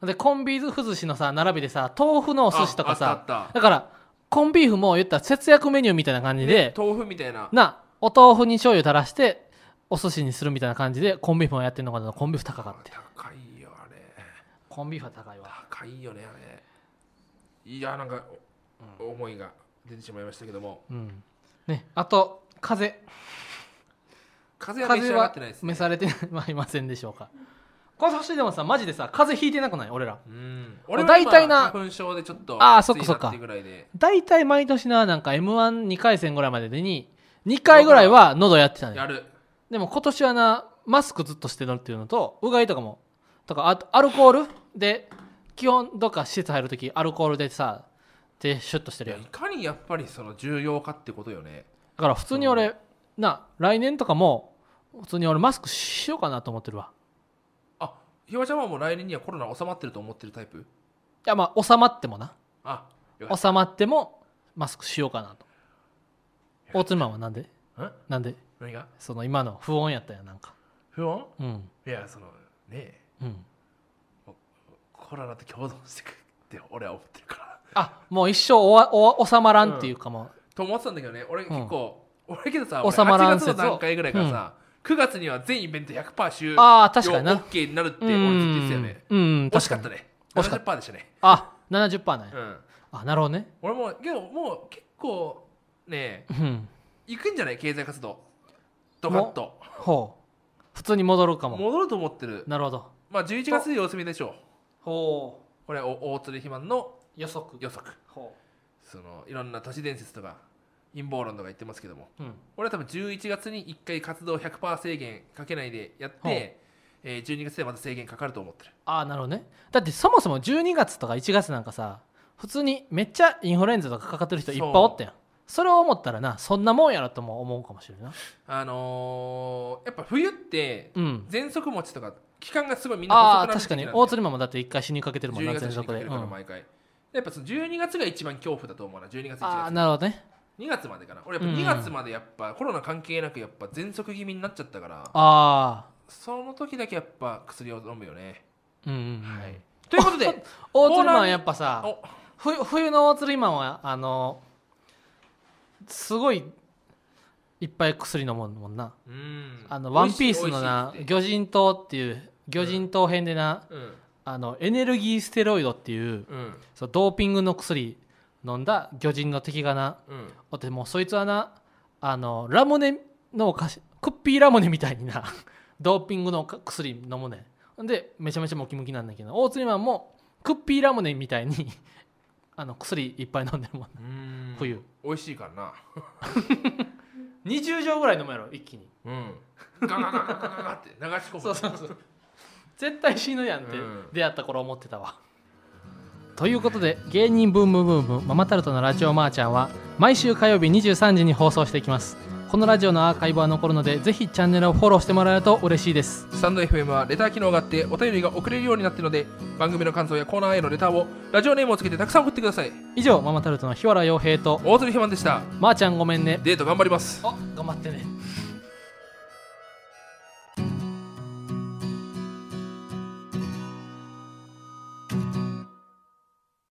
A: でコンビーフ寿司のさ並びでさ豆腐のお寿司とかさ
B: ああったあった
A: だからコンビーフも言ったら節約メニューみたいな感じで、
B: ね、豆腐みたいな
A: なお豆腐に醤油垂らしてお寿司にするみたいな感じでコンビーフもやってるのかな。コンビーフ高かった。
B: 高いよあれ。
A: コンビーフは高いわ。
B: 高いよねあれ。いやなんか、うん、思いが出てしまいましたけども、
A: うんね、あと風
B: 風は召し上がってないですね。
A: 召されてはいませんでしょうか。この年でもさマジでさ風邪ひいてなくない俺ら。
B: うん俺は
A: 大体な
B: 花粉症でちょっと
A: あーそっかそっか
B: きついなっていうぐらいで
A: 大体毎年ななんか エムワンに 回戦ぐらいまででににかいぐらいは喉やってたね。
B: やる。
A: でも今年はなマスクずっとしてるっていうのとうがいとかもとかあとアルコールで基本どっか施設入るときアルコールでさでシュッとしてるやん。
B: いかにやっぱりその重要かってことよね。
A: だから普通に俺な来年とかも普通に俺マスクしようかなと思ってるわ。
B: あ、ひわちゃんはもう来年にはコロナ収まってると思ってるタイプ？
A: いやまあ収まってもな
B: あ、よかった。
A: 収まってもマスクしようかなと。大津マンはなんで
B: ん
A: なんで
B: 何が
A: その今の不穏やったやんなんか。
B: 不穏？
A: うん
B: いやそのね
A: うん
B: コロナと共存してくって俺は思ってるから
A: あもう一生おわおわ収まらんっていうかも、
B: と思ってたんだけどね。俺結構、俺けどさ
A: 収まらん
B: 俺はちがつの
A: 説を
B: 段階ぐらいからさ、くがつには全イベント ひゃくパーセント 終了
A: ああ確かにな
B: OK になるって
A: う
B: 俺ずっと言ってたよね。
A: んうん
B: 惜しか
A: 確かに
B: ったね。
A: 惜しかった
B: ななじゅっパーセントでしたね。
A: あ ななじゅっパーセント なんや、
B: うん。
A: あなるほどね
B: 俺もけどもう結構ね
A: うん
B: 行くんじゃない経済活動ドカッと
A: ほう普通に戻るかも
B: 戻ると思ってる。
A: なるほど
B: まあじゅういちがつで様子見でしょう。
A: ほ
B: これお大鶴ひまんの
A: う予測
B: 予測。
A: ほ
B: そのいろんな都市伝説とか陰謀論とか言ってますけども、
A: う、うん、
B: 俺は多分じゅういちがつにいっかい活動 ひゃくパーセント 制限かけないでやっ
A: ほう
B: て、えー、じゅうにがつでまた制限かかると思ってる。
A: ああなるほどね。だってそもそもじゅうにがつとかいちがつなんかさ普通にめっちゃインフルエンザとかかかってる人いっぱいおったやん。それを思ったらなそんなもんやろとも思うかもしれないな。
B: あのー、やっぱ冬って
A: うん
B: 喘息持ちとか期間がすごいみんな
A: ああ
B: 細くなる
A: 確かに
B: 時期なんで
A: 大鶴マンもだって一回死にかけてるもん
B: 12
A: な
B: 月にかけ
A: 喘息で、うん、
B: るから毎回、やっぱそのじゅうにがつが一番恐怖だと思うな。じゅうにがついち
A: ああ
B: がつ
A: なるほどね。
B: にがつまでかな。俺やっぱにがつまでやっぱコロナ関係なくやっぱ喘息気味になっちゃったから、
A: ああ
B: その時だけやっぱ薬を飲むよね。
A: うんうん、うん
B: はい。ということで
A: 大鶴マン
B: コーナーに
A: やっぱさ
B: お
A: 冬冬の大鶴マンはあのすごいいっぱい薬飲むもんな。
B: うん
A: あのワンピースのな
B: 美味しい
A: 魚人島っていう魚人島編でな、
B: 美味しいって
A: あのエネルギーステロイドっていう
B: うんうん
A: そうドーピングの薬飲んだ魚人の敵がな
B: うん
A: おってもうそいつはなあのラムネのお菓子クッピーラムネみたいになドーピングの薬飲むねんでめちゃめちゃムキムキなんだけど大釣りマンもクッピーラムネみたいにあの薬いっぱい飲んでるもん、ね、
B: うん
A: 冬
B: 美味しいからな。
A: にじゅう錠ぐらい飲むやろ一気に。
B: うんガガガガガガガって流し込む。
A: そうそうそう絶対死ぬやんって
B: うん
A: 出会った頃思ってたわ、ということで芸人ブームブームママタルトのラジオマーちゃんは毎週火曜日にじゅうさんじに放送していきます。このラジオのアーカイブは残るのでぜひチャンネルをフォローしてもらえると嬉しいです。
B: スタンド エフエム はレター機能があってお便りが送れるようになっているので番組の感想やコーナーへのレターをラジオネームをつけてたくさん送ってください。
A: 以上ママタルトの日原洋平と
B: 大鶴ひまんでした。
A: まーちゃんごめんね。
B: デート頑張ります。
A: あ頑張ってね。